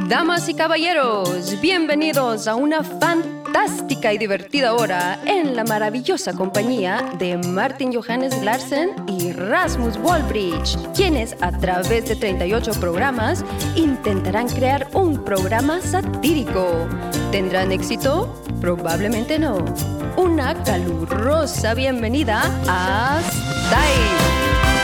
Damas y caballeros, bienvenidos a una fantástica y divertida hora en la maravillosa compañía de Martin Johannes Larsen y Rasmus Wallbridge, quienes a través de 38 programas intentarán crear un programa satírico. ¿Tendrán éxito? Probablemente no. Una calurosa bienvenida a Style.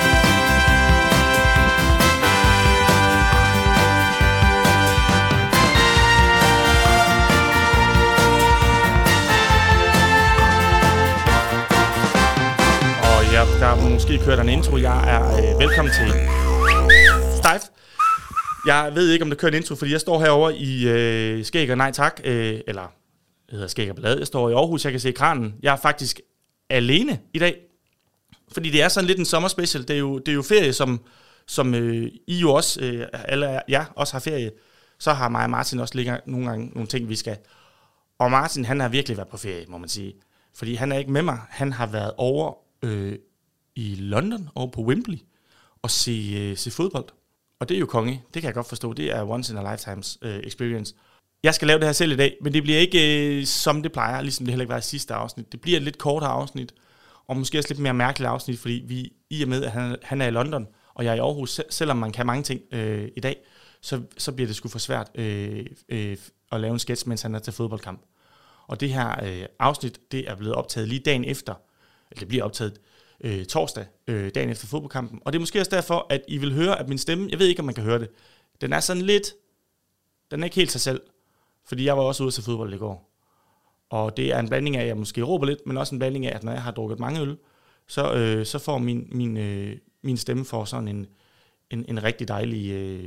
Der har måske kørt en intro. Jeg er velkommen til Stejft. Jeg ved ikke, om der kører en intro, fordi jeg står herovre i Skæg og Nej Tak, eller det hedder Skæg og Ballade. Jeg står i Aarhus, jeg kan se ekranen. Jeg er faktisk alene i dag, fordi det er sådan lidt en sommerspecial. Det er jo ferie, som I jo også, alle jer også har ferie. Så har mig og Martin også ligger nogle gange nogle ting, vi skal. Og Martin, han har virkelig været på ferie, må man sige. Fordi han er ikke med mig. Han har været over i London og på Wembley og se fodbold. Og det er jo konge. Det kan jeg godt forstå. Det er once in a lifetimes experience. Jeg skal lave det her selv i dag, men det bliver ikke som det plejer, ligesom det heller ikke var i sidste afsnit. Det bliver et lidt kortere afsnit, og måske også lidt mere mærkeligt afsnit, fordi vi i og med, at han er i London, og jeg er i Aarhus, selvom man kan mange ting i dag, så bliver det sgu for svært at lave en sketch, mens han er til fodboldkamp. Og det her afsnit, det er blevet optaget lige dagen efter, eller det bliver optaget torsdag, dagen efter fodboldkampen. Og det er måske også derfor, at I vil høre, at min stemme, jeg ved ikke, om man kan høre det, den er sådan lidt, den er ikke helt sig selv, fordi jeg var også ude til fodbold i går. Og det er en blanding af, at jeg måske råber lidt, men også en blanding af, at når jeg har drukket mange øl, så får min stemme for sådan en rigtig dejlig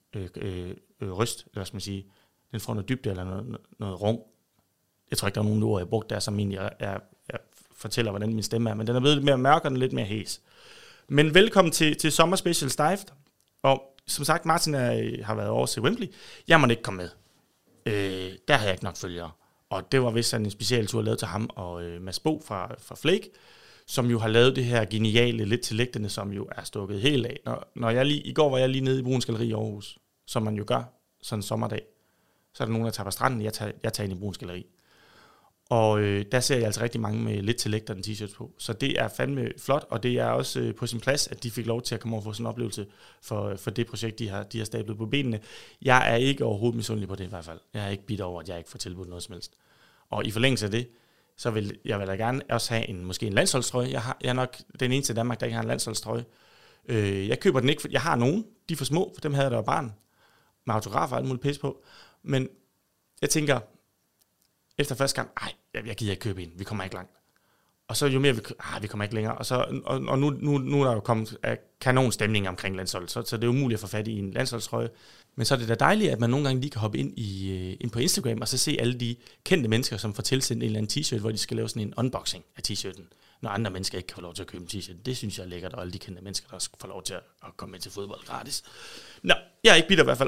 røst, eller hvad skal man sige. Den får noget dybde eller noget rung. Jeg tror ikke, der er nogen ord, jeg brugt der, som egentlig jeg fortæller, hvordan min stemme er, men den er blevet lidt mere mørk og lidt mere hæs. Men velkommen til Sommer Special Stejft. Og som sagt, Martin har været over til Wembley. Jeg måtte ikke komme med. Der har jeg ikke nok følgere. Og det var vist sådan en specialtur lavet til ham og Mads Bo fra Flake, som jo har lavet det her geniale lidt til lægterne, som jo er stukket helt af. I går var jeg lige nede i Bruuns Galleri i Aarhus, som man jo gør sådan en sommerdag. Så er der nogen, der tager på stranden, jeg tager ind i Bruuns Galleri. Og der ser jeg altså rigtig mange med lidt til lægterne t-shirts på. Så det er fandme flot, og det er også på sin plads, at de fik lov til at komme over og få sådan en oplevelse for det projekt, de har stablet på benene. Jeg er ikke overhovedet misundelig på det i hvert fald. Jeg er ikke bitter over, at jeg ikke får tilbudt noget som helst. Og i forlængelse af det, så vil jeg da gerne også have måske en landsholdstrøje. Jeg er nok den eneste i Danmark, der ikke har en landsholdstrøje. Jeg køber den ikke, for jeg har nogen. De er for små, for dem havde jeg da barn. Med autografer og alt muligt pis på. Men jeg tænker, efter første kamp, jeg gider ikke købe en, vi kommer ikke langt. Og så jo mere vi kommer ikke længere. Og nu er der jo kommet kanonstemning omkring landsholdet, så det er umuligt at få fat i en landsholdstrøje. Men så er det da dejligt, at man nogle gange lige kan hoppe ind på Instagram, og så se alle de kendte mennesker, som får tilsendt en eller anden t-shirt, hvor de skal lave sådan en unboxing af t-shirten, når andre mennesker ikke kan få lov til at købe en t-shirt. Det synes jeg er lækkert, og alle de kendte mennesker, der også får lov til at komme med til fodbold gratis. Nå, jeg er ikke bitter i hvert fald.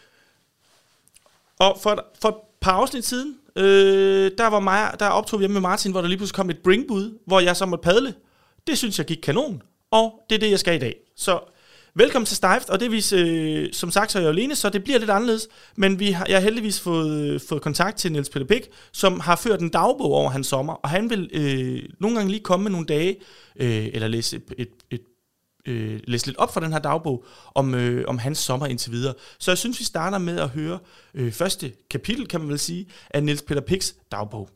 Og for et par afsnit siden, der optog vi hjemme med Martin, hvor der lige pludselig kom et bringbud, hvor jeg så måtte padle. Det synes jeg gik kanon, og det er det, jeg skal i dag. Så velkommen til Stejft, og det er som sagt, så er jeg alene, så det bliver lidt anderledes. Men jeg har heldigvis fået kontakt til Niels Peter Pick, som har ført en dagbog over hans sommer, og han vil nogle gange lige komme med nogle dage, eller læse læse lidt op fra den her dagbog om hans sommer indtil videre. Så jeg synes, vi starter med at høre første kapitel, kan man vel sige, af Niels Peter Picks dagbog.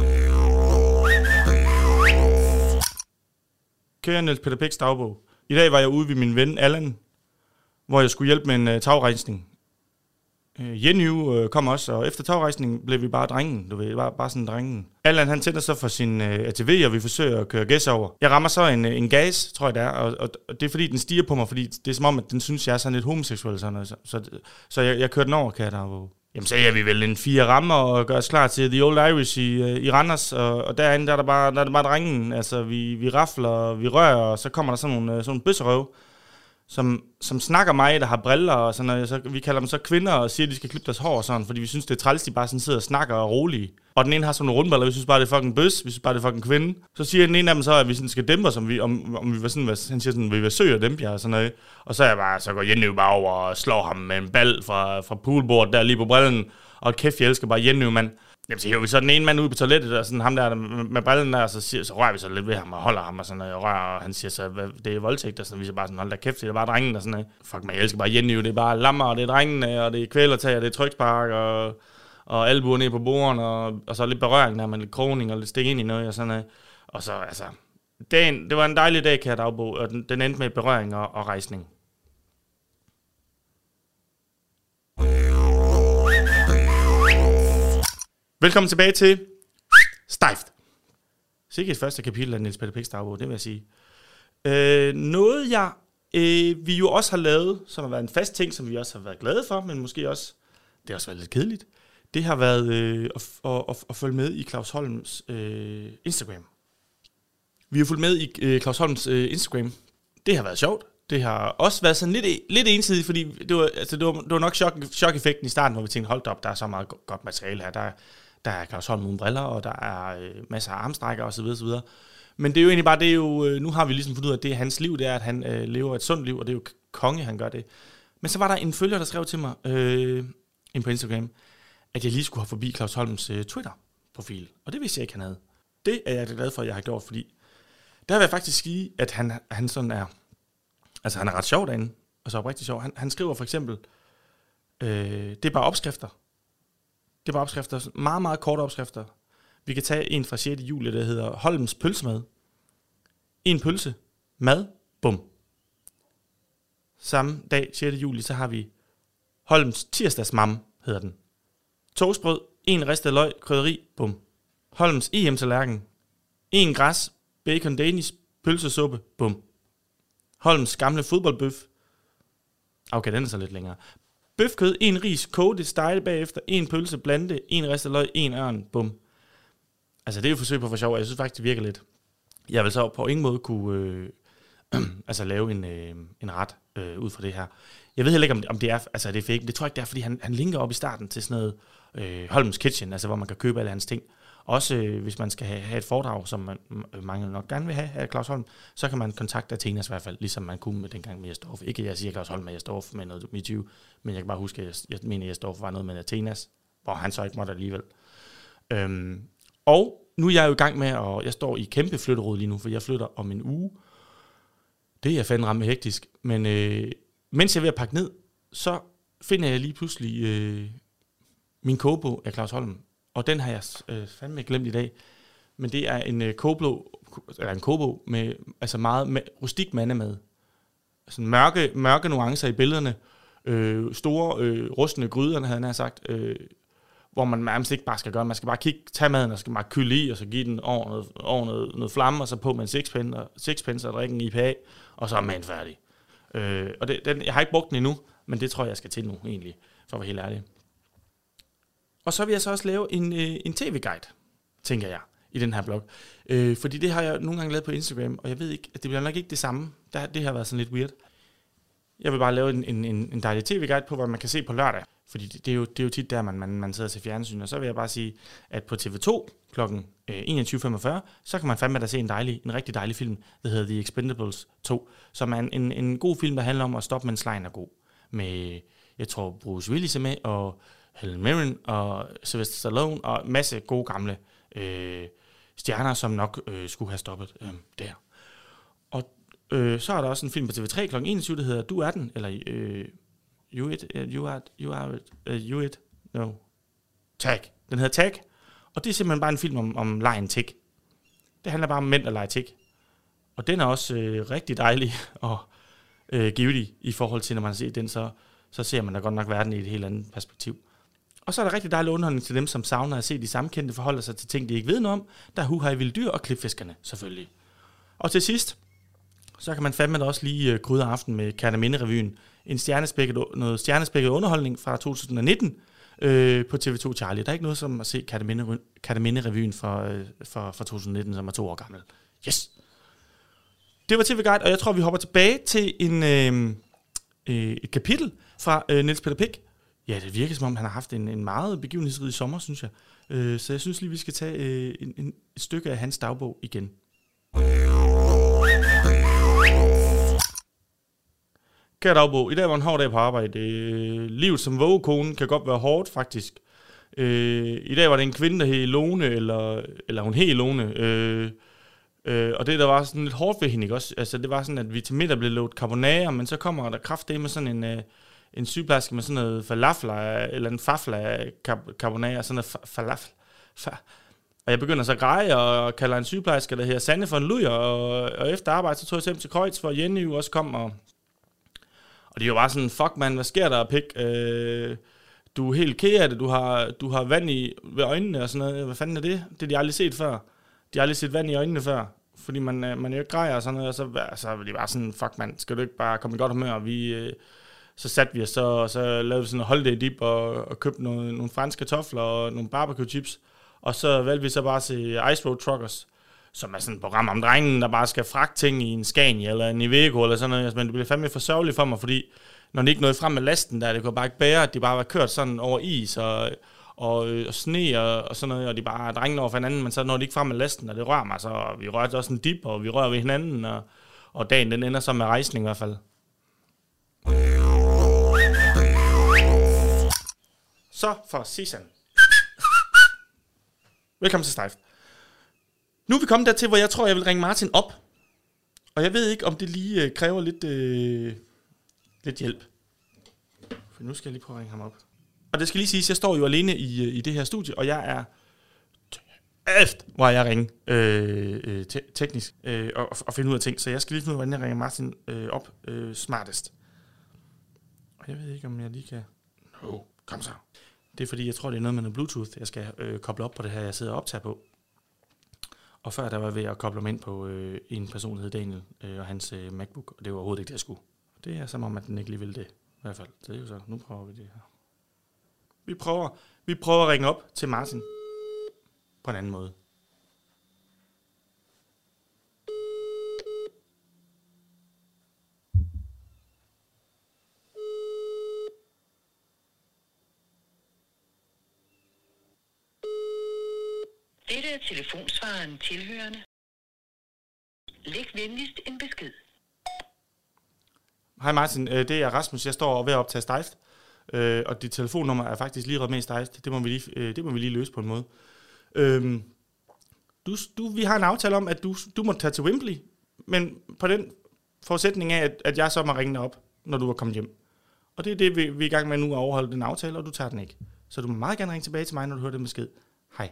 Kære Niels Peter Picks dagbog. I dag var jeg ude ved min ven Allan, hvor jeg skulle hjælpe med en tagrejsning. Jenny kom også, og efter tagrejsningen blev vi bare drengen, du ved, bare sådan drengen. Allan han tænder så for sin ATV, og vi forsøger at køre gas over. Jeg rammer så en gas, tror jeg det er, og det er fordi den stiger på mig, fordi det er som om, at den synes, jeg er sådan lidt homoseksuel, sådan noget. Så jeg kører den over, kan jeg da. Jamen så er vi vel en 4 rammer og gør os klar til The Old Irish i Randers, og derinde der er det bare drengen. Altså vi rafler, vi rører, og så kommer der sådan nogle bøsserøv. som snakker mig, der har briller og sådan noget. Så vi kalder dem så kvinder og siger, at de skal klippe deres hår og sådan, fordi vi synes, det er træls, de bare sådan sidder og snakker og er rolige. Og den ene har sådan nogle rundballer, vi synes bare, det er fucking bøs, vi synes bare, det er fucking kvinde. Så siger den ene af dem så, at vi sådan skal dæmpe os, om vi var sådan, han siger sådan, vi vil søge og dæmpe jer og sådan noget. Og så er jeg bare, så går Jenny bare over og slår ham med en bal fra poolbordet der lige på brillen. Og kæft, jeg elsker bare Jenny, mand. Jamen, så hiver vi så den ene mand ud på toilettet, og sådan ham der med brillen der, og så rører vi så lidt ved ham og holder ham og sådan noget, og han siger så, det er voldtægt, og så vi så bare sådan, hold da kæft, det er bare drengen og sådan noget. Fuck mig, jeg elsker bare Jenny, det er bare lammer, og det er drengene, og det er kvælertag, og det er trykspark, og albuer ned på bordene, og så lidt berøring der med lidt kroning og lidt stik ind i noget og sådan noget. Og så, altså, det var en dejlig dag, kære dagbog, og den endte med berøring og rejsning. Velkommen tilbage til Stejft. Sikkert første kapitel af Niels Peter Picks dagbog, det vil jeg sige. Noget vi jo også har lavet, som har været en fast ting, som vi også har været glade for, men måske også, det har også været lidt kedeligt, det har været at følge med i Claus Holms Instagram. Vi har fulgt med i Claus Holms Instagram. Det har været sjovt. Det har også været sådan lidt ensidigt, fordi det var nok chok-effekten i starten, hvor vi tænkte, hold op, der er så meget godt materiale her. Der er Claus Holm uden briller, og der er masser af armstrækker osv. Men det er jo egentlig bare, det er jo, nu har vi ligesom fundet ud af, at det er hans liv, det er, at han lever et sundt liv, og det er jo konge, han gør det. Men så var der en følger, der skrev til mig ind på Instagram, at jeg lige skulle have forbi Claus Holms Twitter-profil. Og det vidste jeg ikke, han havde. Det er jeg glad for, at jeg har gjort, fordi der vil jeg faktisk sige, at han sådan er, altså han er ret sjov derinde, og så oprigtigt sjov. Han skriver for eksempel, det er bare opskrifter. Det er bare opskrifter, meget, meget korte opskrifter. Vi kan tage en fra 6. juli, der hedder Holms pølsemad. En pølse, mad, bum. Samme dag, 6. juli, så har vi Holms tirsdagsmam, hedder den. Toastbrød, en ristet løg, krydderi, bum. Holms EM-tallerken, en græs, bacon danish, pølsesuppe, bum. Holms gamle fodboldbøf. Okay, den er så lidt længere. Bøfkød, en ris, koge det, stege bagefter, en pølse, blande det, en ristet løg, en ørn, bum. Altså, det er jo et forsøg på for sjov, og jeg synes faktisk, det virker lidt. Jeg vil så på ingen måde kunne lave en ret ud fra det her. Jeg ved heller ikke, om det er, altså det er fake. Det tror jeg ikke, det er, fordi han linker op i starten til sådan noget Holms Kitchen, altså hvor man kan købe alle hans ting. Også hvis man skal have et foredrag, som mange nok gerne vil have af Claus Holm, så kan man kontakte Athenas i hvert fald, ligesom man kunne med dengang med Jesdorf. Ikke at jeg siger Claus Holm med Jesdorf med noget MeToo, men jeg kan bare huske, at jeg mener, at Jesdorf var noget med Athenas, hvor han så ikke måtte alligevel. Og nu er jeg jo i gang med, og jeg står i kæmpe flytterod lige nu, for jeg flytter om en uge. Det er fandme ramme hektisk, men mens jeg er ved at pakke ned, så finder jeg lige pludselig min kogebog af Claus Holm. Og den har jeg fandme glemt i dag. Men det er en kogebog med altså meget rustik mandemad. Sådan mørke nuancer i billederne. Store rustne gryder, havde han sagt. Hvor man nærmest ikke bare skal gøre. Man skal bare tage maden, og skal bare kylde i, og så give den over noget flamme, og så på med en sixpence og drikke en IPA, og så er maden færdig. Og jeg har ikke brugt den endnu, men det tror jeg skal til nu, egentlig, for at være helt ærlig. Og så vil jeg så også lave en tv-guide, tænker jeg, i den her blog. Fordi det har jeg nogle gange lavet på Instagram, og jeg ved ikke, at det bliver nok ikke det samme. Det har været sådan lidt weird. Jeg vil bare lave en dejlig tv-guide på, hvad man kan se på lørdag. Fordi det er jo tit der, man sidder til fjernsyn. Og så vil jeg bare sige, at på TV2 kl. 21.45, så kan man fandme da se en rigtig dejlig film, der hedder The Expendables 2, som er en god film, der handler om at stoppe, mens lejen er god. Med, jeg tror, Bruce Willis er med, og Helen Mirren og Sylvester Stallone, og en masse gode gamle stjerner, som nok skulle have stoppet der. Og så er der også en film på TV3 kl. 21, der hedder Du er den, eller You It, no, Tag. Den hedder Tag, og det er simpelthen bare en film om lejen Tig. Det handler bare om mænd, der leger Tig. Og den er også rigtig dejlig og givtig i forhold til, når man ser den, så ser man da godt nok verden i et helt andet perspektiv. Og så er der rigtig dejlig underholdning til dem, som savner at se de samkendte forholder sig til ting, de ikke ved noget om. Der er Huhaj Vilde Dyr og Klipfiskerne, selvfølgelig. Og til sidst, så kan man fandme da også lige krydre aften med Kærteminde-revyen. Noget stjernespækket underholdning fra 2019 på TV2 Charlie. Der er ikke noget som at se Kærteminde-revyen fra 2019, som er 2 år gammel. Yes! Det var TV Guide, og jeg tror, vi hopper tilbage til et kapitel fra Niels Peter Pick. Ja, det virker som om, han har haft en meget begivenhedsrig sommer, synes jeg. Så jeg synes lige, vi skal tage et stykke af hans dagbog igen. Kære dagbog, i dag var en hård dag på arbejde. Livet som vågekone kan godt være hårdt, faktisk. I dag var det en kvinde, der hed Lone, eller hun hed Lone. Og det, der var sådan lidt hårdt ved hende, ikke også? Altså, det var sådan, at vi til middag blev lovet carbonara, men så kommer der kraftedeme med sådan en sygeplejerske med sådan noget falafler, eller en fafla carbonara, sådan noget falafel. Og jeg begynder så at græde, og kalder en sygeplejerske, der hedder Sanne for en lujer, og efter arbejde, så tog jeg hjem til Kreuz, for Jenny også kom, og det var bare sådan, fuck man, hvad sker der, Pik? Du er helt ked af det, du har vand ved øjnene og sådan noget. Hvad fanden er det? Det har de aldrig set før. De har aldrig set vand i øjnene før, fordi man jo ikke græder og sådan noget, og så var det bare sådan, fuck man, skal du ikke bare komme i godt humør? Så satte vi os og så lavede vi sådan en holiday dip og købte nogle franske kartofler og nogle barbecue chips, og så valgte vi så bare til Ice Road Truckers, som er sådan et program om drengen, der bare skal fragte ting i en Scania eller en Iveco eller sådan noget. Men det blev fandme for sørgeligt for mig, fordi når de ikke nåede frem med lasten der, det kunne bare ikke bære, at de bare var kørt sådan over is og sne og sådan noget, og de bare drengene over for hinanden, men så når de ikke frem med lasten, og det rører mig, så vi rørte også en dip, og vi rører ved hinanden, og dagen den ender så med rejsning i hvert fald. Så for season. Velkommen til Stejf. Nu er vi kommet dertil, hvor jeg tror, jeg vil ringe Martin op. Og jeg ved ikke, om det lige kræver lidt hjælp. For nu skal jeg lige prøve at ringe ham op. Og det skal lige siges, jeg står jo alene i det her studie, og jeg er hvor jeg ringer teknisk og finde ud af ting. Så jeg skal lige finde ud af, hvordan jeg ringer Martin op smartest. Og jeg ved ikke, om jeg lige kan... Kom så. Det er fordi, jeg tror, det er noget med noget Bluetooth, jeg skal koble op på det her, jeg sidder og optager på. Og før der var jeg ved at koble mig ind på en person, der hed Daniel, og hans MacBook, og det var overhovedet ikke det, jeg skulle. Det er som om, at den ikke lige ville det, i hvert fald. Så det er jo så, nu prøver vi det her. Vi prøver at ringe op til Martin på en anden måde. Dette er telefonsvareren tilhørende. Læg venligst en besked. Hej Martin, det er Rasmus. Jeg står ved at optage Stejft, og dit telefonnummer er faktisk lige ret med i Stejft. Det må vi lige løse på en måde. Vi har en aftale om, at du må tage til Wembley, men på den forudsætning af, at jeg så må ringe dig op, når du er kommet hjem. Og det er det, vi er i gang med nu at overholde den aftale, og du tager den ikke. Så du må meget gerne ringe tilbage til mig, når du hører den besked. Hej.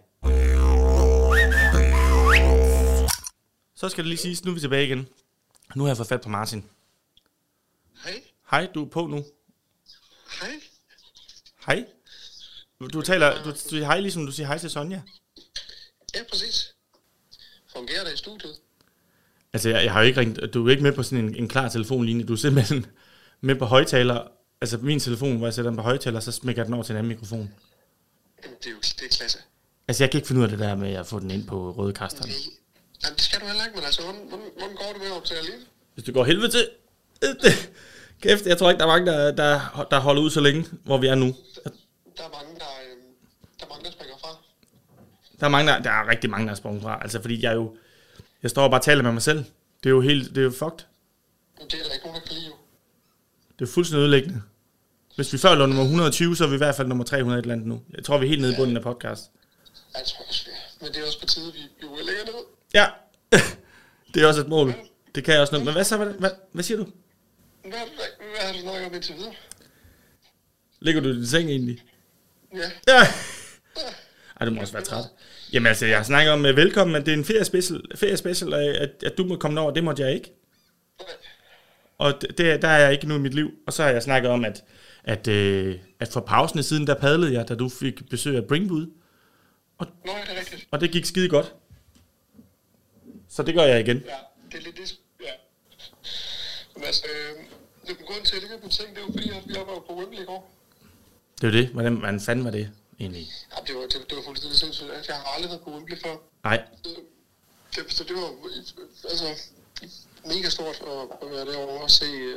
Så skal det lige siges, nu er vi tilbage igen. Nu har jeg fået fat på Martin. Hej. Hej, du er på nu. Hej. Hej. Du siger hej, ligesom du siger hej til Sonja. Ja, præcis. Fungerer det i studiet? Altså, jeg har jo ikke ringt. Du er ikke med på sådan en klar telefonlinje. Du er simpelthen med på højtaler. Altså, på min telefon, hvor jeg sætter den på højtaler, så smækker den over til en anden mikrofon. Det er klasse. Altså, jeg kan ikke finde ud af det der med at få den ind på rødekasteren. Okay. Jamen, det skal du heller ikke, men altså, hvordan går det med at optage alene? Hvis det går helvede til... Kæft, jeg tror ikke, der er mange, der holder ud så længe, hvor vi er nu. Der er mange, der springer fra. Der er rigtig mange, der er sprunget fra. Altså, fordi jeg står og bare taler med mig selv. Det er jo fucked. Det er der ikke nogen, der kan lide jo. Det er fuldstændig ødelæggende. Hvis vi før lå nummer 120, så er vi i hvert fald nummer 300 et eller andet nu. Jeg tror, vi er helt nede i bunden af podcast. Jeg tror også, men det er også på tide, vi er længere ned. Ja, det er også et mål. Det kan jeg også noget. Men hvad siger du? Hvad har du snakket om indtil videre? Ligger du i din seng egentlig? Ja. Ej, du må også være træt. Jamen altså, jeg snakker om velkommen, at det er en feriespecial, at du må komme over. Det måtte jeg ikke. Og der er jeg ikke nu i mit liv. Og så har jeg snakket om, at for pausen siden, der padlede jeg, da du fik besøg af Bringbud. Nå, det er rigtigt. Og det gik skide godt. Så det gør jeg igen. Ja, det er lidt det. Ja. Men altså, det kunne gå til at ligge på ting, det er jo fordi, at vi var på Wembley i går. Det er jo det. Hvordan fanden var det egentlig? Ja, det var fuldstændig sindssygt. Jeg har aldrig været på Wembley før. Nej. Så det var, altså, mega stort at være derovre og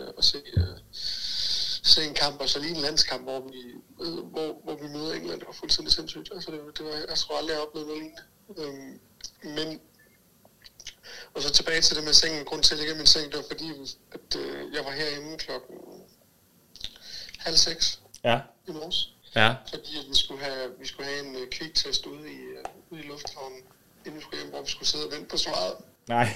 se en kamp, og så lige en landskamp, hvor vi møder England. Det var fuldstændig sindssygt. Altså, det var, jeg tror aldrig, jeg har oplevet noget lignende. Men og så tilbage til det med sengen. Grunden til, at jeg ligger i min seng, det var fordi, at jeg var herinde klokken 5:30 i morges. Ja. Fordi at vi skulle have en kviktest ude i lufthavnen, inden vi skulle hjem, hvor vi skulle sidde og vente på svaret. Nej.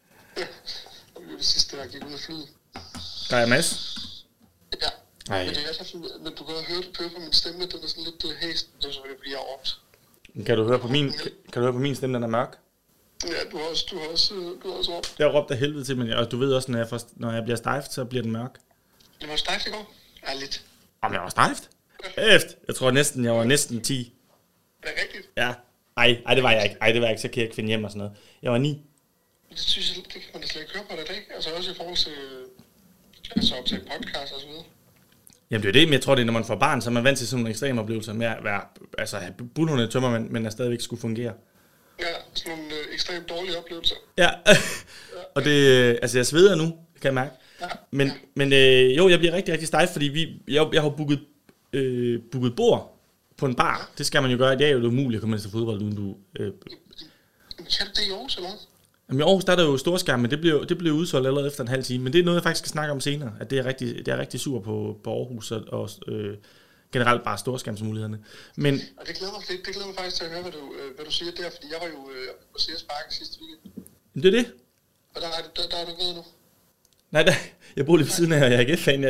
Og det var det sidste, der gik ud af flyet. Der er Mads? Ja. Nej. Men det er så fint, men du kan høre på min stemme, den er sådan lidt hæst. Det er selvfølgelig, fordi jeg har råbt. Kan du høre på min stemme, den er mærk? Ja, du har også råbt. Jeg har råbt af helvede til, men og du ved også, når jeg bliver stejft, så bliver den mørk. Du var stejft i går? Ja, lidt. Jamen, jeg var stejft? Jeg tror jeg var næsten 10. Er det rigtigt? Ja. Ej, det var jeg ikke. Så kan jeg ikke finde hjem og sådan noget. Jeg var 9. Det synes jeg, det kan man da slet ikke høre på det, ikke? Altså også i forhold til altså optage podcast og så videre. Jamen det er det, men jeg tror det er, når man får barn, så er man vant til sådan nogle ekstreme oplevelser med at være, altså have bullhunde tømmermænd, men at stadigvæk skulle fungere. Ja, sådan nogle ekstremt dårlige oplevelser. Ja, og det, altså jeg sveder nu, kan jeg mærke. Ja. Men jo, jeg bliver rigtig, rigtig stejf, fordi jeg har booket bord på en bar. Det skal man jo gøre. Det er jo umuligt at komme ind til fodbold, uden du... Kan du det i Aarhus, eller hvad? Jamen i Aarhus, der er der jo storskærm, men det blev udsolgt allerede efter en halv time. Men det er noget, jeg faktisk skal snakke om senere, at det er rigtig super på Aarhus og generelt bare storskærmsmulighederne. Men og det glæder mig faktisk til at høre, hvad du siger der, fordi jeg var jo på CS Park sidste weekend. Det er det. Og der er du ved nu. Nej, jeg bor lige ved siden af AGF-fan.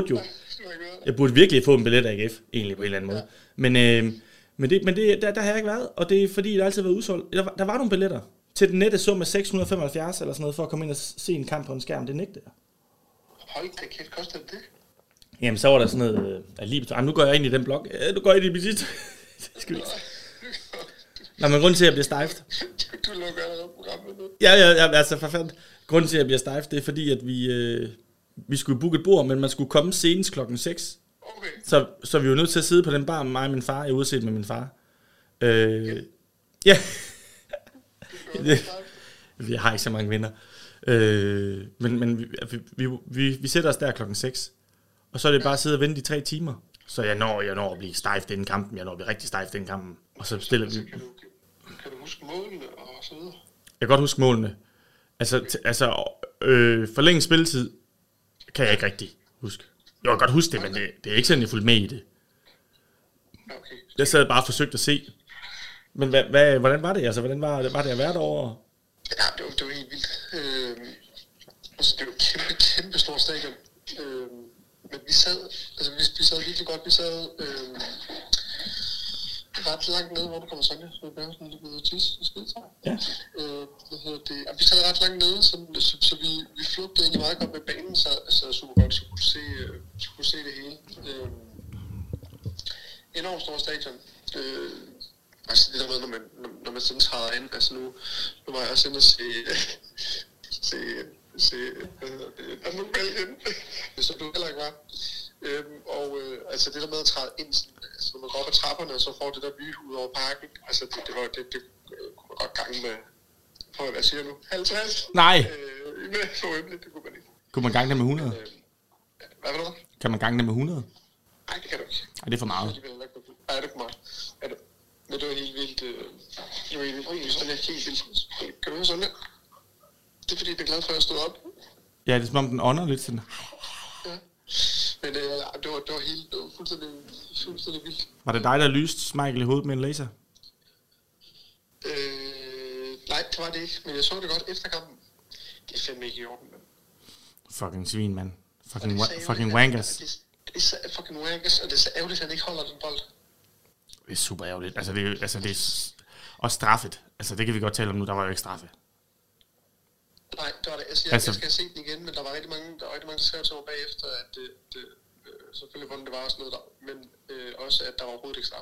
Jeg burde virkelig få en billet af AGF, egentlig på en eller anden måde. Men der har jeg ikke været, og det er fordi, der altid har været udsolgt. Der var nogle billetter til den nette sum af 675 eller sådan noget, for at komme ind og se en kamp på en skærm. Det nægte jeg. Hold da kæft, koster det? Jamen, så var der sådan noget nu går jeg ind i den blog. Nu går jeg ind i mit sidste. Skal vi ikke. Nå, men grunden til, at jeg bliver stejft. Du lukker allerede programmet nu. Ja, altså for fanden. Grunden til, at jeg bliver stejft, det er fordi, at vi skulle booke et bord, men man skulle komme senest klokken 6. Okay. Så vi var nødt til at sidde på den bar med mig og min far. Jeg er udset med min far. Ja. Jeg har ikke så mange venner. Men vi sætter os der klokken 6. Og så er det bare at sidde og vente i 3 timer. Så jeg når at blive stejft inden kampen. Jeg når at blive rigtig stejft inden kampen. Og så stiller vi... Kan du huske målene og så videre? Jeg kan godt huske målene. Forlænge spilletid kan jeg ikke rigtig huske. Jeg kan godt huske det, men det er ikke sådan, jeg fulgte med i det. Okay. Jeg sad bare og forsøgte at se. Men hvordan var det? Altså, hvordan var det at være derovre? Ja, det var helt vildt. Altså, det var kæmpe stor stadion. Men vi sad virkelig godt. Vi sad ret langt nede, hvor du kommer Sonja, så vi sådan lidt med tis og skid, tror jeg. Ja. Vi sad ret langt nede, så vi flugtede egentlig meget godt med banen, så super godt, så kunne se det hele. Enormt stor stadion. Altså det der med, når man sådan træder ind, altså nu var jeg også inde og se Danmark Belgien, som du heller ikke var. Altså det der med at træde ind, altså når man går op ad trapperne, og så får det der vue ud over parken, altså det kunne man godt gange med, for hvad siger nu, 50? Nej! Med for øjeblik, det kunne man ikke. Kunne man gange det med 100? Hvad var det? Kan man gange det med 100? Nej, det kan du ikke. Nej, det er for meget. Nej, det er for meget. Men det var helt vildt. Det var helt vildt. Kan du høre sådan der? Det er fordi, jeg er glad for, at jeg stod op. Ja, det er som om den ånder lidt sådan. Ja. Men det var fuldstændig vildt. Var det dig, der lyste Michael i hovedet med en laser? Nej, det var det ikke. Men jeg så det godt efter kampen. Det er fandme ikke i orden, mand. Fucking svin, mand. Fucking wankers. Det er fucking wankers, og det er så ærgerligt, at han ikke holder den bold. Det er super ærgerligt. Altså, det er også straffet. Altså, det kan vi godt tale om nu. Der var jo ikke straffe. Nej, det var det. Jeg skal se den igen, men der var rigtig mange, der skrev til mig bagefter, at det selvfølgelig hvordan det var og sådan noget der, men også, at der var overhovedet ikke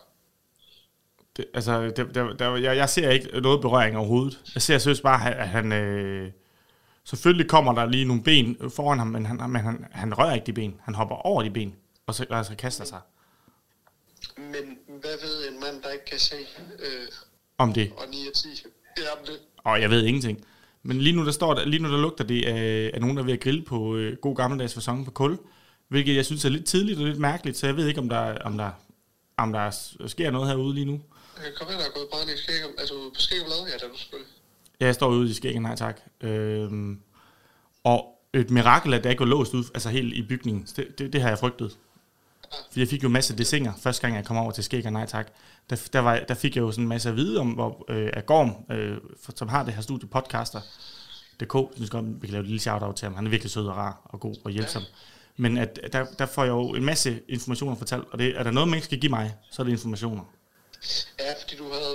straf. Jeg ser ikke noget berøring overhovedet. Jeg ser seriøst bare, at han... selvfølgelig kommer der lige nogle ben foran ham, men han rører ikke de ben. Han hopper over de ben, og så kaster sig. Men hvad ved en mand, der ikke kan se om det? Og 9 af 10 om det? Og jeg ved ingenting. Men lige nu der lugter det af nogen, der er ved at grille på god gammeldags facon på kul, hvilket jeg synes er lidt tidligt og lidt mærkeligt, så jeg ved ikke, om der sker noget herude lige nu. Kom her, der er gået brændende i Skæg. Altså ude på Skæg og Blade? Ja, det er du selvfølgelig. Ja, jeg står ude i Skæg, nej tak. Og et mirakel, at der ikke var låst ud, altså helt i bygningen, det har jeg frygtet. For jeg fik jo en masse desinger, første gang jeg kom over til Skæg og nej tak. Der fik jeg jo sådan en masse at vide om, hvor Gorm, som har det her studie podcaster.dk, vi kan lave et lille shout-out til ham. Han er virkelig sød og rar og god og hjælpsom. Men at der får jeg jo en masse informationer fortalt, og er der noget, man ikke skal give mig, så er det informationer. Ja, fordi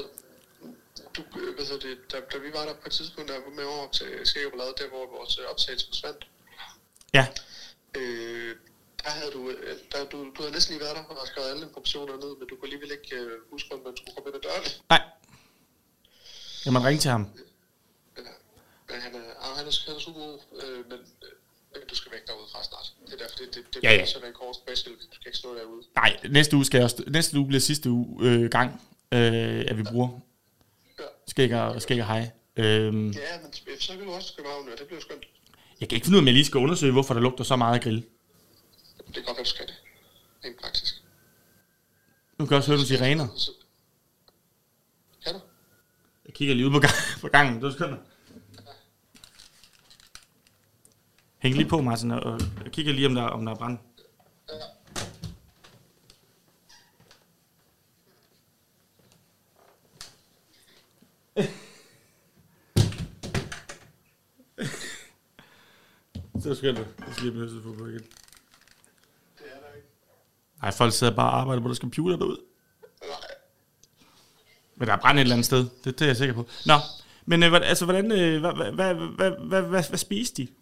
da vi var der på et tidspunkt, der var med over til Skæg og Blade, der hvor vores optagelse forsvandt. Ja. Der havde du havde næsten lige været der, og har skrevet alle informationer ned, men du kunne alligevel ikke huske, om man skulle komme ind ad dørene. Nej. Jeg må ringe til ham. Ja. Men han er super god, men du skal væk derude fra snart. Det er derfor, det ja. er sådan en kort special. Du skal ikke stå derude. Nej, næste uge bliver sidste uge gang, at vi bruger Skæg og hej. Ja, men så kan du også til København, og det bliver skønt. Jeg kan ikke finde ud af, om jeg lige skal undersøge, hvorfor der lugter så meget af grill. Det kan godt være, du skal det. Rent praktisk. Nu kan jeg også høre, du sirener. Kan du? Jeg kigger lige ud på gangen. Du skal. Hæng lige på, Martin, og jeg kigger lige, om der er brand. Ja. Så skal du. Jeg skal lige blive nødt på igen. Det er der ikke. Nej, folk sidder bare og arbejder på deres computer derude. Nej. Men der er brand et eller andet sted. Det er jeg sikker på. Nå, men hvad spiste de?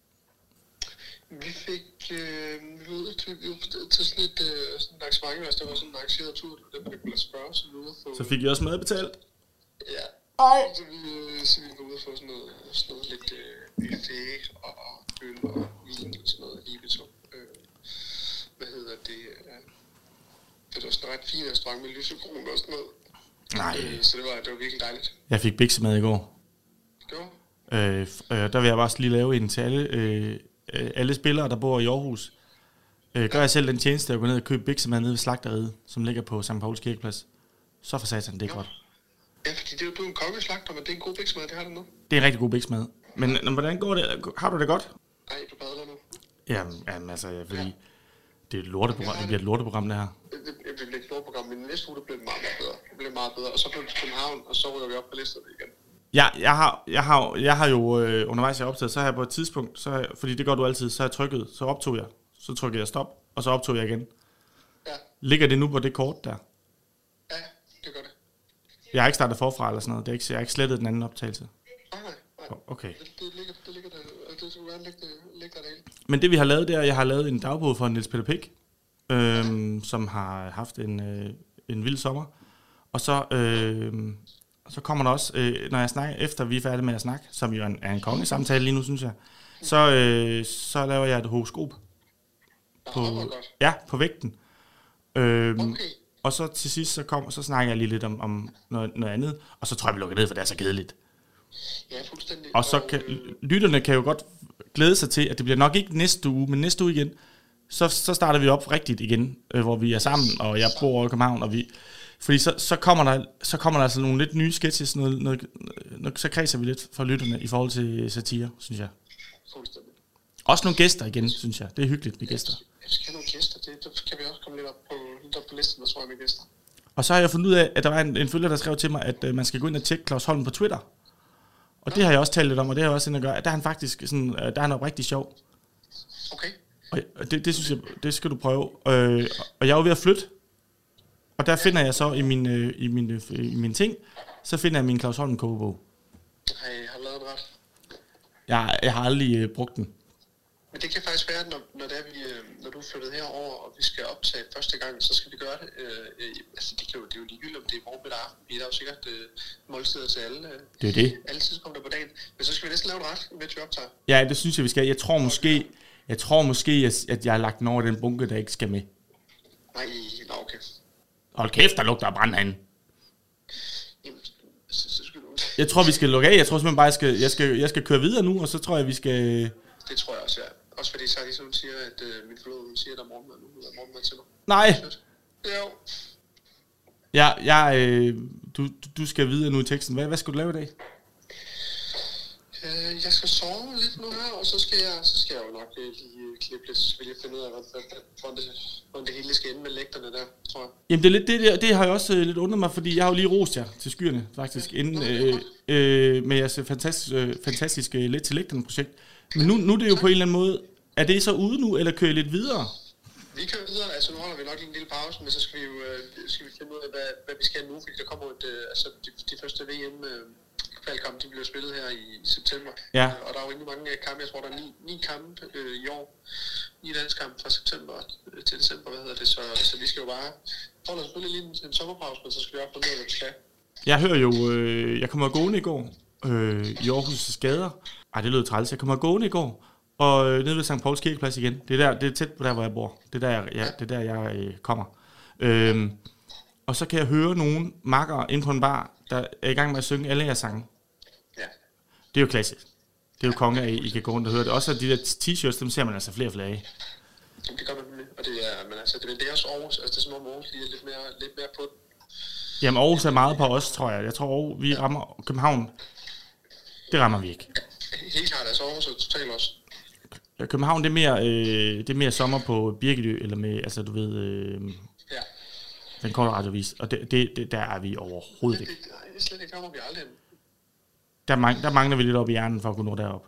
Vi fik vi var ude til sådan et arrangement, altså der var sådan en arrangeret tur, der man kunne lade spørge sig ude for. Så fik I også mad betalt? Ja. Så vi var ude for sådan noget lidt buffet og øl og vin og sådan noget lige ved to. Hvad hedder det? Det var sådan en ret fin restaurant med lysekron og sådan noget. Nej. Så det var virkelig dejligt. Jeg fik biksemad i går. Det var? Der vil jeg bare lige lave en til alle spillere, der bor i Aarhus. Gør jeg selv den tjeneste at gå ned og købe biksemad nede ved slagteriet, som ligger på St. Pauls Kirkeplads. Så for satan, det er godt. Ja, fordi du er en kongeslagter, men det er en god biksemad, det har du nu. Det er en rigtig god biksemad. Men hvordan går det? Har du det godt? Nej, du badler nu. Jamen altså, fordi det er et lorteprogram. Det bliver et lorteprogram, det her. Det bliver et lorteprogram, men næste uge, det bliver meget bedre. Det bliver meget bedre, og så bliver det til København, og så rykker vi op på listerne igen. Ja, jeg har jo undervejs jeg optaget, så har jeg på et tidspunkt, fordi det gør du altid, så har jeg trykket, så optog jeg, så trykkede jeg stop, og så optog jeg igen. Ja. Ligger det nu på det kort der? Ja, det gør det. Jeg har ikke startet forfra eller sådan noget, jeg har ikke slettet den anden optagelse. Nej. Okay. Det ligger der, det skal gerne ligge der det. Men det vi har lavet, det er, at jeg har lavet en dagbog for Niels Peter Pick, som har haft en vild sommer, og så kommer der også, når jeg snakker, efter vi er færdige med at snakke, som jo er en kongesamtale lige nu, synes jeg, så laver jeg et horoskop på vægten. Okay. Og så til sidst, så snakker jeg lige lidt om noget andet, og så tror jeg, vi lukker ned, for det er så kedeligt. Ja, fuldstændig. Og så lytterne kan jo godt glæde sig til, at det bliver nok ikke næste uge, men næste uge igen, så starter vi op rigtigt igen, hvor vi er sammen, og jeg bor i København, og fordi så kommer der altså nogle lidt nye sketches, så kredser vi lidt for lytterne i forhold til satire, synes jeg. Fuldstændig. Også nogle gæster igen, synes jeg. Det er hyggeligt med gæster. Jeg skal have nogle gæster, det kan vi også komme lidt op på listen, der tror jeg med gæster. Og så har jeg fundet ud af, at der var en følger, der skrev til mig, at man skal gå ind og tjekke Claus Holm på Twitter. Og det har jeg også talt lidt om, og det har jeg også at gøre. Der er han faktisk sådan, der er han rigtig sjov. Okay. Og det synes jeg, det skal du prøve. Og jeg er jo ved at flytte. Og der finder jeg så i mine ting, så finder jeg min Claus Holm kogebog. Jeg har lavet en ret. Jeg har aldrig brugt den. Men det kan faktisk være, når du er flyttet herover, og vi skal optage første gang, så skal vi gøre det. Altså det er jo ligegyldigt, om det er morgen eller aften. Der er jo sikkert måltider til alle. Det er det. Alle tidspunkter på dagen. Men så skal vi næsten lave en ret, mens vi optager. Ja, det synes jeg, vi skal. Jeg tror måske, at jeg har lagt den over den bunke, der ikke skal med. Nej, okay. Hold kæft, der lugter af brand herinde. Jamen, så skal du... Jeg tror, vi skal lukke af. Jeg tror simpelthen bare, jeg skal køre videre nu, og så tror jeg, vi skal... Det tror jeg også, ja. Også fordi så ligesom siger, at min forlovede siger, at der er morgenmad nu, eller morgenmad til mig. Nej! Jo. Ja, du skal videre nu i teksten. Hvad skal du lave i dag? Jeg skal sove lidt nu her, og så skal jeg jo nok lige klippe lidt, så vil jeg finde ud af, hvordan det hele skal ende med lægterne der, tror jeg. Jamen det er lidt det har jeg også lidt undret mig, fordi jeg har jo lige rost jer til skyerne, faktisk, inden med jeres fantastiske Lidt til Lægterne projekt. Men nu er det jo på en eller anden måde, er det så ude nu, eller kører I lidt videre? Vi kører videre, altså nu holder vi nok en lille pause, men så skal vi finde ud af, hvad vi skal nu, fordi der kommer de første VM kvalkampe, de bliver spillet her i september. Ja. Og der er jo ikke mange kampe, jeg tror der er 9 kampe i år. 9 landskampe fra september til december, så vi skal jo bare holde selvfølgelig lige en sommerpause, men så skal vi op på noget, hvad vi skal. Jeg hører jo, jeg kommer gående i går i Aarhus' gader. Ej, det lød træls. Jeg kommer gående i går, og nede ved St. Pauls Kirkeplads igen. Det er tæt på der, hvor jeg bor. Det er der, jeg kommer. Og så kan jeg høre nogle makkere inde på en bar, der er i gang med at synge alle jeres sange. Ja. Det er jo klassisk. Det er jo konge af, I kan gå rundt og høre det. Også de der t-shirts, dem ser man altså flere af. Det gør man nemlig. Og det er, men altså, det er også Aarhus. Altså, det er som om Aarhus lige er lidt mere på den. Jamen, Aarhus er meget på os, tror jeg. Jeg tror, vi rammer København. Det rammer vi ikke. Helt klart, altså Aarhus er totalt også. København, det er mere sommer på Birkelø, eller med, altså du ved... Ja. Den korte radiovis, og der er vi overhovedet ikke. Det slet ikke, kommer vi aldrig hen. Der mangler vi lidt op i hjernen for at kunne nå derop.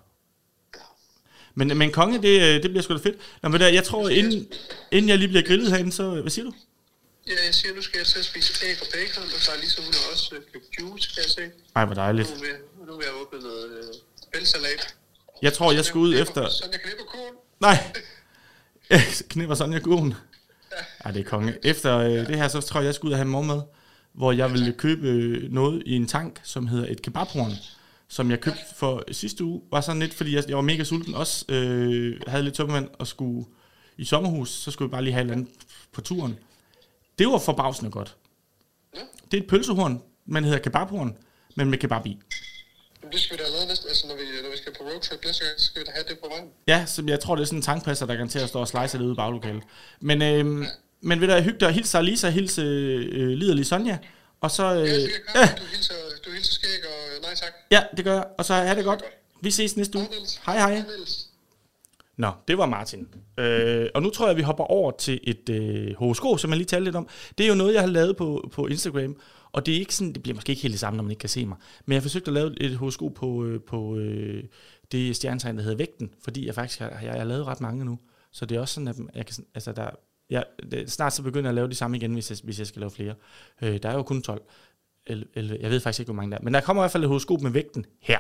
Ja. Men konge, det bliver sgu da fedt. Nå, men jeg tror, inden jeg lige bliver grillet herinde, så... Hvad siger du? Ja, jeg siger, nu skal jeg til at spise æg og bacon, og så er lige så hun har også købt juice, kan jeg se. Ej, hvor dejligt. Nu vil jeg åbne noget bælsalat. Jeg tror, jeg skal ud efter... Sonja knipper konen. Nej! Knipper Sonja konen. Ja, det er konge. Efter det her, så tror jeg skal ud og have morgenmad, hvor jeg ville købe noget i en tank, som hedder et kebabhorn, som jeg købte for sidste uge. Var sådan lidt, fordi jeg var mega sulten, også havde lidt tømmermand og skulle i sommerhus, så skulle jeg bare lige have et eller andet på turen. Det var forbavsende godt. Ja. Det er et pølsehorn, man hedder kebabhorn, men med kebab i. Det skal vi da lave næste, altså når vi skal på roadtrip næste gang, så skal vi da have det på vejen. Ja, så jeg tror, det er sådan en tankpasser, der kan til at stå og slice det ude i baglokalet. Men ved du, hygge dig, hilse Lisa, hilse liderlig Sonja, og så... Ja, det kan jeg. Du hilser skæg, og nej tak. Ja, det gør jeg, og så have det godt. Vi ses næste uge. Hej. Nå, det var Martin. Og nu tror jeg, vi hopper over til et horoskop, som jeg lige talte lidt om. Det er jo noget, jeg har lavet på Instagram, og det er ikke sådan, det bliver måske ikke helt det samme, når man ikke kan se mig. Men jeg har forsøgt at lave et horoskop på det stjernetegn, der hedder Vægten, fordi jeg faktisk jeg har lavet ret mange nu. Så det er også sådan, at jeg kan, altså snart så begynder jeg at lave de samme igen, hvis jeg skal lave flere. Der er jo kun 12. Jeg ved faktisk ikke, hvor mange der er. Men der kommer i hvert fald et horoskop med Vægten her.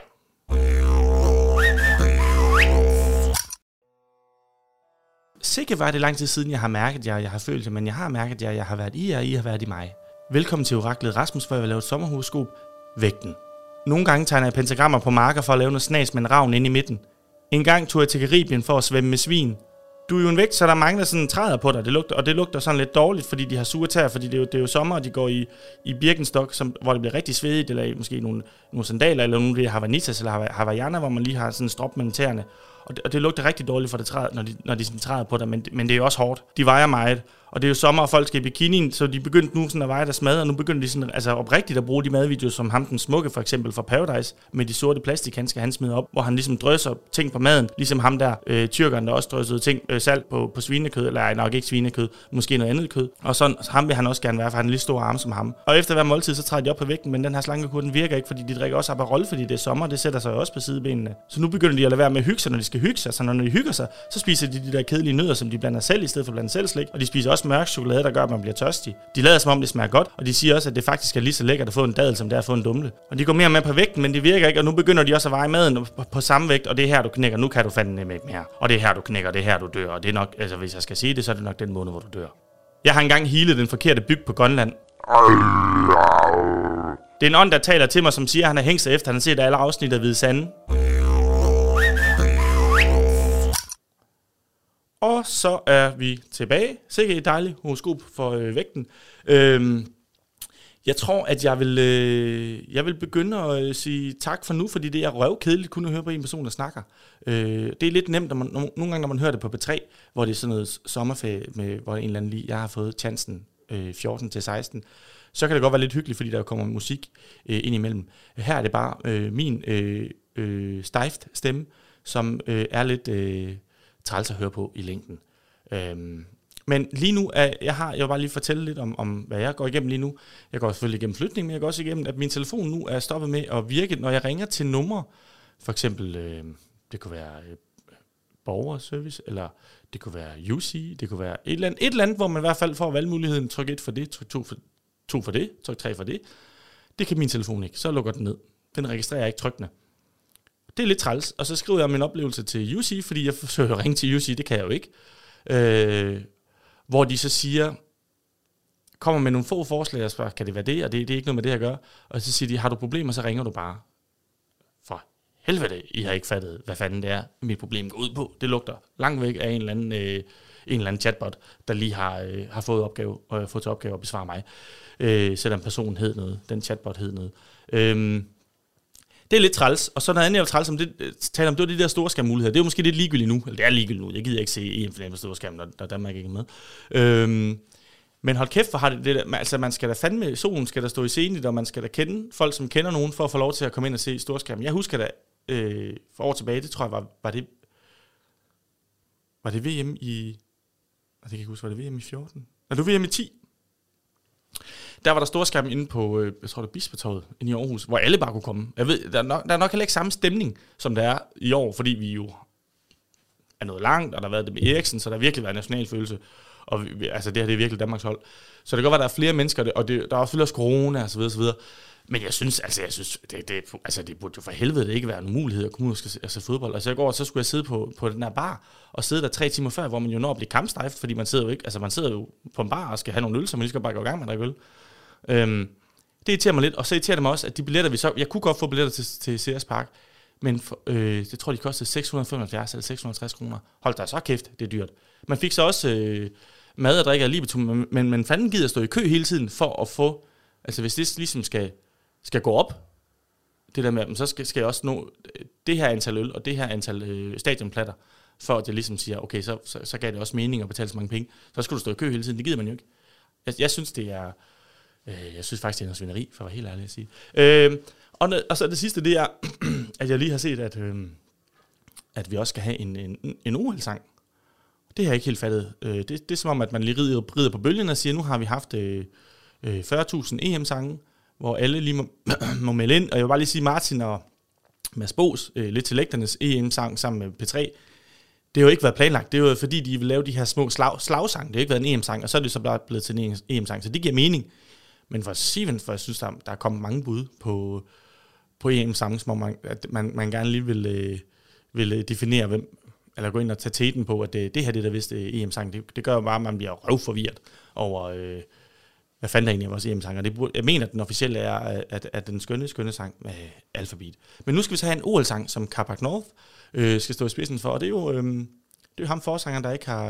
Sikke var det lang tid siden, jeg har mærket jer, jeg har følt jer, men jeg har mærket jer, jeg har været i jer, I har været i mig. Velkommen til Oraklet Rasmus, hvor jeg vil lave et sommerhoroskop. Vægten. Nogle gange tegner jeg pentagrammer på marker for at lave noget snas med en ravn inde i midten. En gang tog jeg til Karibien for at svømme med svin. Du er jo en vægt, så der mangler sådan træder på dig, det lugter sådan lidt dårligt, fordi de har sure tæer, fordi det er jo sommer, og de går i Birkenstock, hvor det bliver rigtig svedigt, eller måske nogle sandaler, eller nogle af de Havanitas eller Havaianer, hvor man lige har sådan en strop mellem tæerne. Og det lugter rigtig dårligt for det træder, når de sådan træder på dig, men det er jo også hårdt. De vejer meget, og det er jo sommer, og folk skal i bikini, så de begyndte nu sådan at veje deres mad, og nu begynder de sådan, altså oprigtigt at bruge de madvideoer, som ham den smukke, for eksempel fra Paradise, med de sorte plastikhandsker, han smider op, hvor han ligesom drøser ting på maden, ligesom ham der, tyrkeren, der også drøsede ting, salt på svinekød, eller nok ikke svinekød, måske noget andet kød, og sådan, ham vil han også gerne være, for han har lige store arme som ham. Og efter hver måltid, så træder de op på vægten, men den her slankekur, den virker ikke, fordi de drikker også Aperol, fordi det er sommer, det sætter sig også på sidebenene. Så nu begynder de at lade være med at hygge sig, når de skal hygge sig, så når de hygger sig, så spiser de der kedelige nødder, som de blander selv, i stedet for at blande selv slik, og de spiser også mørk chokolade, der gør, at man bliver tørstig. De lader som om det smager godt, og de siger også, at det faktisk er lige så lækkert at få en dadel, som det er at få en dumle. Og de går mere med på vægten, men det virker ikke, og nu begynder de også at veje maden på samme vægt, og det er her, du knækker. Nu kan du fandme ikke mere. Og det er her, du knækker, det er her, du dør. Og det er nok, altså hvis jeg skal sige det, så er det nok den måned, hvor du dør. Jeg har engang healet den forkerte byg på Grønland. Det er en ånd, der taler til mig, som siger, at han har hængt sig efter, han har set alle afsnit af Hvide Sande. Og så er vi tilbage. Sikkert et dejligt horoskop for vægten. Jeg tror, at jeg vil begynde at sige tak for nu, fordi det er røvkedeligt kun at høre på en person, der snakker. Det er lidt nemt, nogle gange, når man hører det på P3, hvor det er sådan noget sommerferie, hvor en eller anden lige, jeg har fået chancen 14-16, så kan det godt være lidt hyggeligt, fordi der kommer musik ind imellem. Her er det bare min stejft stemme, som er lidt træls at høre på i længden. Men lige nu, jeg vil bare lige fortælle lidt om, hvad jeg går igennem lige nu. Jeg går selvfølgelig igennem flytning, men jeg går også igennem, at min telefon nu er stoppet med at virke, når jeg ringer til numre. For eksempel, det kunne være borgerservice, eller det kunne være UC, det kunne være et eller andet, hvor man i hvert fald får valgmuligheden, tryk 1 for det, tryk 2 for det, tryk 3 for det. Det kan min telefon ikke, så lukker den ned. Den registrerer ikke trykkene. Det er lidt træls, og så skriver jeg min oplevelse til UC, fordi jeg forsøger at ringe til UC, det kan jeg jo ikke. Hvor de så siger, kommer med nogle få forslag, og spørger, kan det være det, og det er ikke noget med det, jeg gør. Og så siger de, har du problemer, så ringer du bare. For helvede, I har ikke fattet, hvad fanden det er, mit problem går ud på. Det lugter langt væk af en eller anden chatbot, der lige har fået til opgave at besvare mig. Selvom personen hed noget, den chatbot hed noget. Det er lidt træls, og så noget andet, jeg vil træls om det, tale om, det var de der storskærmmuligheder. Det er jo måske lidt ligegyldigt nu, eller det er ligegyldigt nu, jeg gider ikke se EM-finalen på storskærm, når Danmark ikke er med. Men hold kæft, for har det der, altså man skal da fandme, solen skal der stå i scenen, og man skal da kende folk, som kender nogen, for at få lov til at komme ind og se storskærm. Jeg husker da, for år tilbage, det tror jeg var det VM i, jeg kan ikke huske, var det VM i 14? Nej, det var VM i 10. Der var der storskærm inde på, jeg tror det er Bispetorvet, inde i Aarhus, hvor alle bare kunne komme. Jeg ved, der er nok heller ikke samme stemning, som der er i år, fordi vi jo er noget langt, og der har været det med Eriksen, så der har virkelig været nationalfølelse. Og altså det her, det er virkelig Danmarks hold. Så det kan godt være, der er flere mennesker, og der er selvfølgelig også corona, og så videre, så videre. Men jeg synes, det burde jo for helvede det ikke være en mulighed, at komme ud og se fodbold. Altså i går, så skulle jeg sidde på den her bar, og sidde der 3 timer før, hvor man jo når at blive kampstejft, fordi man sidder jo på en bar og skal have nogle øl, så man lige skal bare gå i gang med at drikke øl. Det irriterer mig lidt, og så irriterer det mig også, at de billetter, jeg kunne godt få billetter til CS Park, men det tror de kostede 675 eller 650 kroner. Hold da så kæft, det er dyrt. Man fik så også mad og drikke af libetum, men fanden gider stå i kø hele tiden for at få, altså hvis det ligesom skal gå op, det der med, så skal jeg også nå det her antal øl og det her antal stadionplatter, for at jeg ligesom siger, okay, så gav det også mening at betale så mange penge. Så skulle du stå i kø hele tiden, det gider man jo ikke. Jeg synes, det er, jeg synes faktisk, det er noget svineri, for at være helt ærlig at sige. Og så det sidste, det er, at jeg lige har set, at vi også skal have en OL-sang. Det har jeg ikke helt fattet. Det er som om, at man lige rider på bølgen og siger, nu har vi haft 40.000 EM-sange, hvor alle lige må melde ind. Og jeg vil bare lige sige, Martin og Mads Boes, lidt til lægternes EM-sang sammen med P3, det har jo ikke været planlagt. Det er jo fordi, de vil lave de her små slagsange. Det har ikke været en EM-sang, og så er det så bare blevet til en EM-sang. Så det giver mening. Men for Steven, for jeg synes, der er kommet mange bud på EM-sange, som man gerne lige vil definere, hvem, eller gå ind og tage teten på, at det her det der vist EM-sang. Det gør jo bare, at man bliver røvforvirret over, hvad fanden der egentlig er vores EM-sang. Jeg mener, at den officielle er, at den skønne sang med alfabet. Men nu skal vi så have en OL-sang, som Carpac North skal stå i spidsen for, og det er jo ham forsangeren,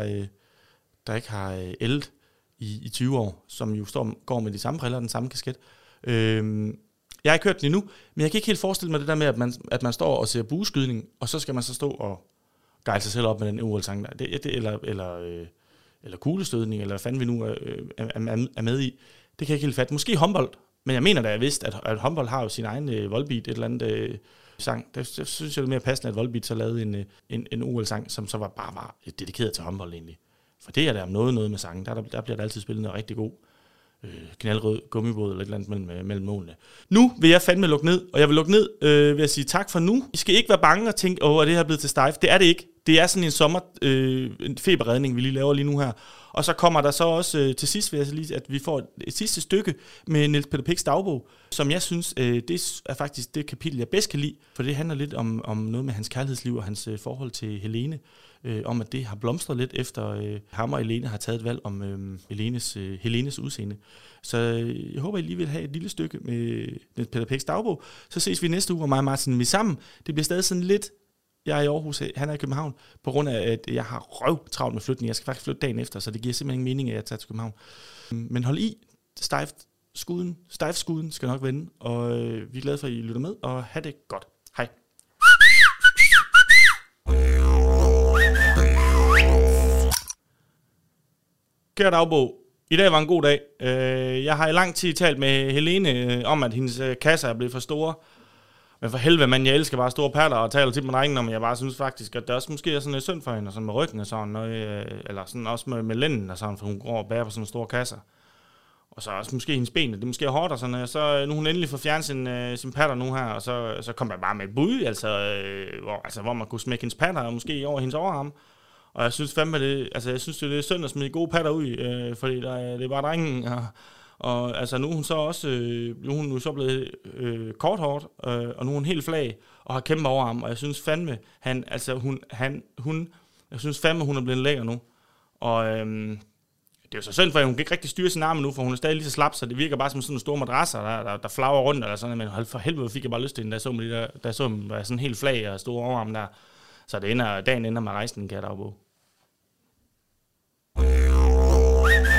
der ikke har ældet i 20 år, som jo går med de samme briller og den samme kasket. Jeg har ikke hørt den endnu, men jeg kan ikke helt forestille mig det der med, at man står og ser bueskydning, og så skal man så stå og gejle sig selv op med den OL-sang der. Eller kuglestødning, eller hvad fanden vi nu er med i. Det kan jeg ikke helt fatte. Måske håndbold, men jeg mener da, jeg vidste, at håndbold har jo sin egen Volbeat, et eller andet sang. Der synes jeg, det er mere passende, at Volbeat så lavede en OL-sang, som så var dedikeret til håndbold egentlig. For det er der noget med sangen. Der bliver der altid spillet noget rigtig god knaldrød gummibåd eller et eller andet mellem målene. Nu vil jeg fandme lukke ned, og jeg vil lukke ned ved at sige tak for nu. I skal ikke være bange og tænke, at det her er blevet til stejf. Det er det ikke. Det er sådan en en feberredning, vi lige laver lige nu her. Og så kommer der så også til sidst, vil jeg lige, at vi får et sidste stykke med Niels Peter Piks dagbog, som jeg synes, det er faktisk det kapitel, jeg bedst kan lide, for det handler lidt om noget med hans kærlighedsliv og hans forhold til Helene, om at det har blomstret lidt efter ham og Helene har taget et valg om Helenes udseende. Så jeg håber, I lige vil have et lille stykke med Niels Peter Piks dagbog. Så ses vi næste uge, og mig og Martin er sammen. Det bliver stadig sådan lidt. Jeg er i Aarhus, han er i København, på grund af, at jeg har røvtravlt med flytning. Jeg skal faktisk flytte dagen efter, så det giver simpelthen ingen mening, at jeg tager til København. Men hold i, stejft Stejf-skuden skal nok vende, og vi er glade for, at I lytter med, og have det godt. Hej. Kære dagbog, i dag var en god dag. Jeg har i lang tid talt med Helene om, at hendes kasser er blevet for store. Men for helvede, mand, jeg elsker bare store patter og taler til med drengen om, jeg bare synes faktisk, at der også måske er sådan lidt synd for hende, og sådan med ryggen og sådan, eller sådan også med lænden og sådan, for hun går og bærer på sådan store kasser. Og så også måske hendes ben, det er måske hårdt og sådan, så nu hun endelig får fjernet sin patter nu her, og så kommer jeg bare med et bud, hvor man kunne smække hendes patter, og måske over hendes overarm. Og jeg synes fandme, det er synd at smide gode patter ud, fordi det er bare drengen, og altså nu er hun så også blevet korthåret, og nu er hun helt flag og har kæmpe overarm, og jeg synes fandme hun er blevet lækker nu. Og det er jo så synd, for hun kan ikke rigtig styre sin arme nu, for hun er stadig lige så slap, så det virker bare som sådan nogle store madrasser, der flagrer rundt eller sådan, men for helvede fik jeg bare lyst til den, da jeg så dem være sådan helt flag og store overarm der. Så dagen ender med rejsen, kan jeg dagbog.